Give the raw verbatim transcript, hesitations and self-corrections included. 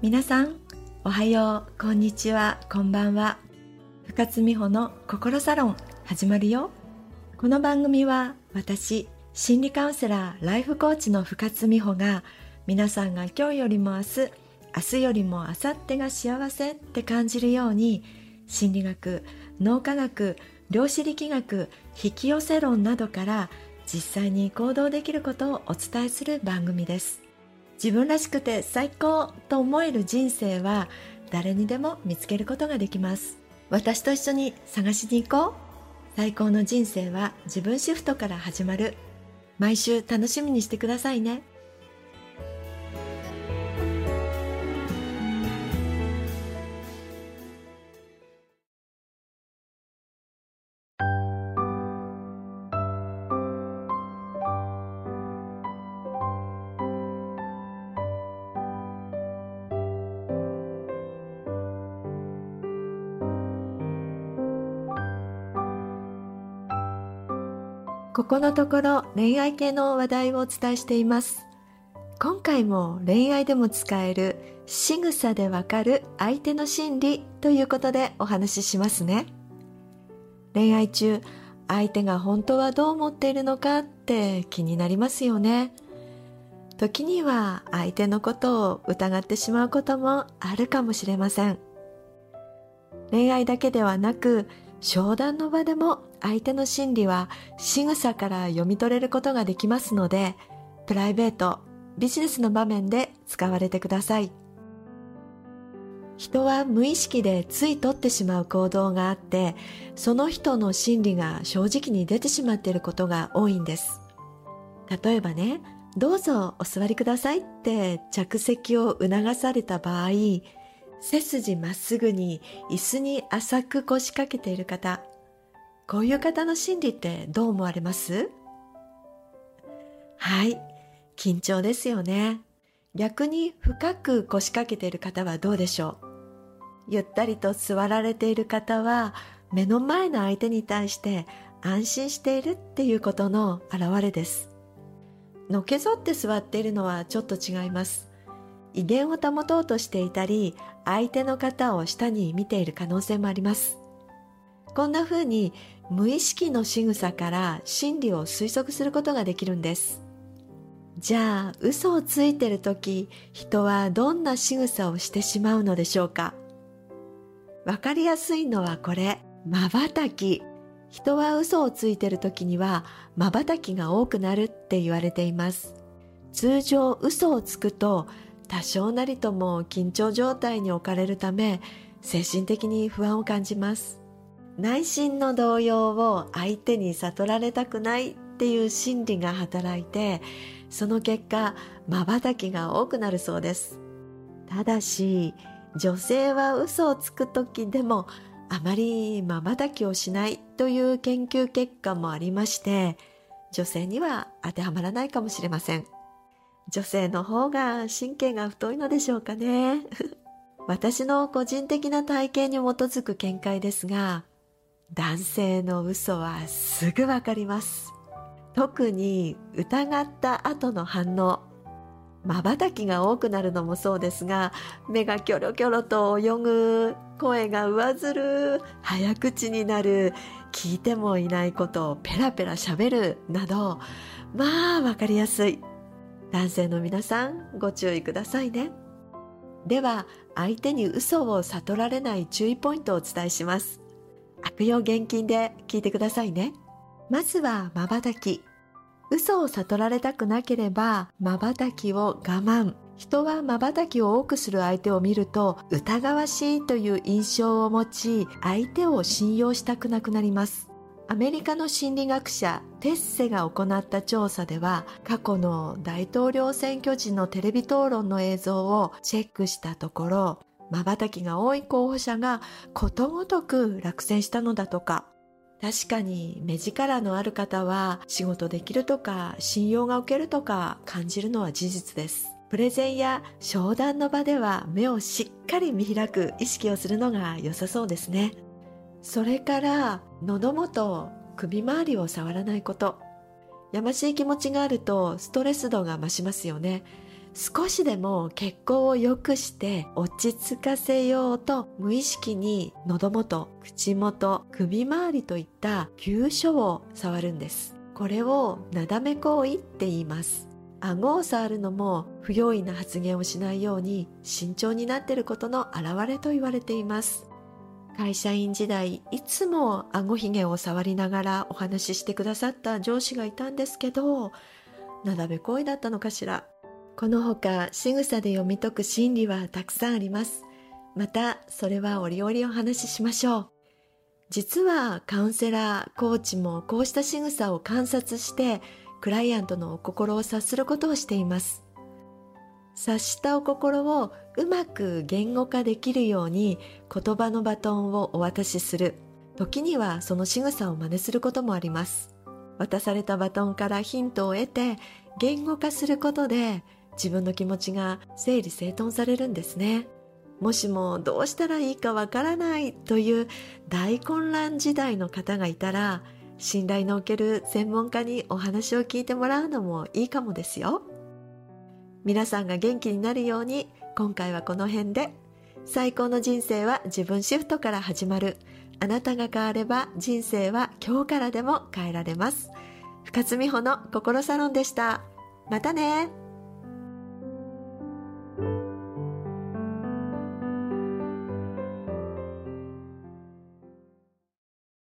皆さんおはよう、こんにちは、こんばんは。深津美穂の心サロン始まるよ。この番組は私心理カウンセラーライフコーチの深津美穂が皆さんが今日よりも明日、明日よりも明後日が幸せって感じるように心理学、脳科学、量子力学、引き寄せ論などから実際に行動できることをお伝えする番組です。自分らしくて最高と思える人生は誰にでも見つけることができます。私と一緒に探しに行こう。最高の人生は自分シフトから始まる。毎週楽しみにしてくださいね。ここのところ恋愛系の話題をお伝えしています。今回も恋愛でも使える仕草でわかる相手の心理ということでお話ししますね。恋愛中、相手が本当はどう思っているのかって気になりますよね。時には相手のことを疑ってしまうこともあるかもしれません。恋愛だけではなく、商談の場でも相手の心理は仕草から読み取れることができますので、プライベート、ビジネスの場面で使われてください。人は無意識でつい取ってしまう行動があって、その人の心理が正直に出てしまっていることが多いんです。例えばね、どうぞお座りくださいって着席を促された場合、背筋まっすぐに椅子に浅く腰掛けている方、こういう方の心理ってどう思われます？はい、緊張ですよね。逆に深く腰掛けている方はどうでしょう？ゆったりと座られている方は目の前の相手に対して安心しているっていうことの表れです。のけぞって座っているのはちょっと違います。威厳を保とうとしていたり、相手の方を下に見ている可能性もあります。こんな風に無意識の仕草から心理を推測することができるんです。じゃあ、嘘をついているとき、人はどんな仕草をしてしまうのでしょうか？わかりやすいのはこれ、瞬き。人は嘘をついているときには、瞬きが多くなるって言われています。通常、嘘をつくと、多少なりとも緊張状態に置かれるため、精神的に不安を感じます。内心の動揺を相手に悟られたくないっていう心理が働いて、その結果、瞬きが多くなるそうです。ただし、女性は嘘をつくときでも、あまり瞬きをしないという研究結果もありまして、女性には当てはまらないかもしれません。女性の方が神経が太いのでしょうかね。私の個人的な体験に基づく見解ですが、男性の嘘はすぐわかります。特に疑った後の反応、瞬きが多くなるのもそうですが、目がキョロキョロと泳ぐ、声が上ずる、早口になる、聞いてもいないことをペラペラ喋るなど、まあわかりやすい。男性の皆さん、ご注意くださいね。では、相手に嘘を悟られない注意ポイントをお伝えします。悪用厳禁で聞いてくださいね。まずは瞬き。嘘を悟られたくなければ、瞬きを我慢。人は瞬きを多くする相手を見ると、疑わしいという印象を持ち、相手を信用したくなくなります。アメリカの心理学者テッセが行った調査では、過去の大統領選挙時のテレビ討論の映像をチェックしたところ、瞬きが多い候補者がことごとく落選したのだとか。確かに目力のある方は仕事できるとか信用がおけるとか感じるのは事実です。プレゼンや商談の場では目をしっかり見開く意識をするのが良さそうですね。それから喉元、首周りを触らないこと。やましい気持ちがあるとストレス度が増しますよね。 少しでも血行を良くして落ち着かせようと無意識に喉元、口元、首周りといった急所を触るんです。これをなだめ行為って言います。顎を触るのも不用意な発言をしないように慎重になっていることの表れと言われています。会社員時代いつも顎ひげを触りながらお話ししてくださった上司がいたんですけど、なだめ行為だったのかしら。このほか仕草で読み解く心理はたくさんあります。またそれは折々お話ししましょう。実はカウンセラー、コーチもこうした仕草を観察してクライアントのお心を察することをしています。察したお心をうまく言語化できるように言葉のバトンをお渡しする。時にはその仕草を真似することもあります。渡されたバトンからヒントを得て言語化することで自分の気持ちが整理整頓されるんですね。もしもどうしたらいいかわからないという大混乱時代の方がいたら、信頼のおける専門家にお話を聞いてもらうのもいいかもですよ。皆さんが元気になるように今回はこの辺で。最高の人生は自分シフトから始まる。あなたが変われば人生は今日からでも変えられます。深津美穂の心サロンでした。またね。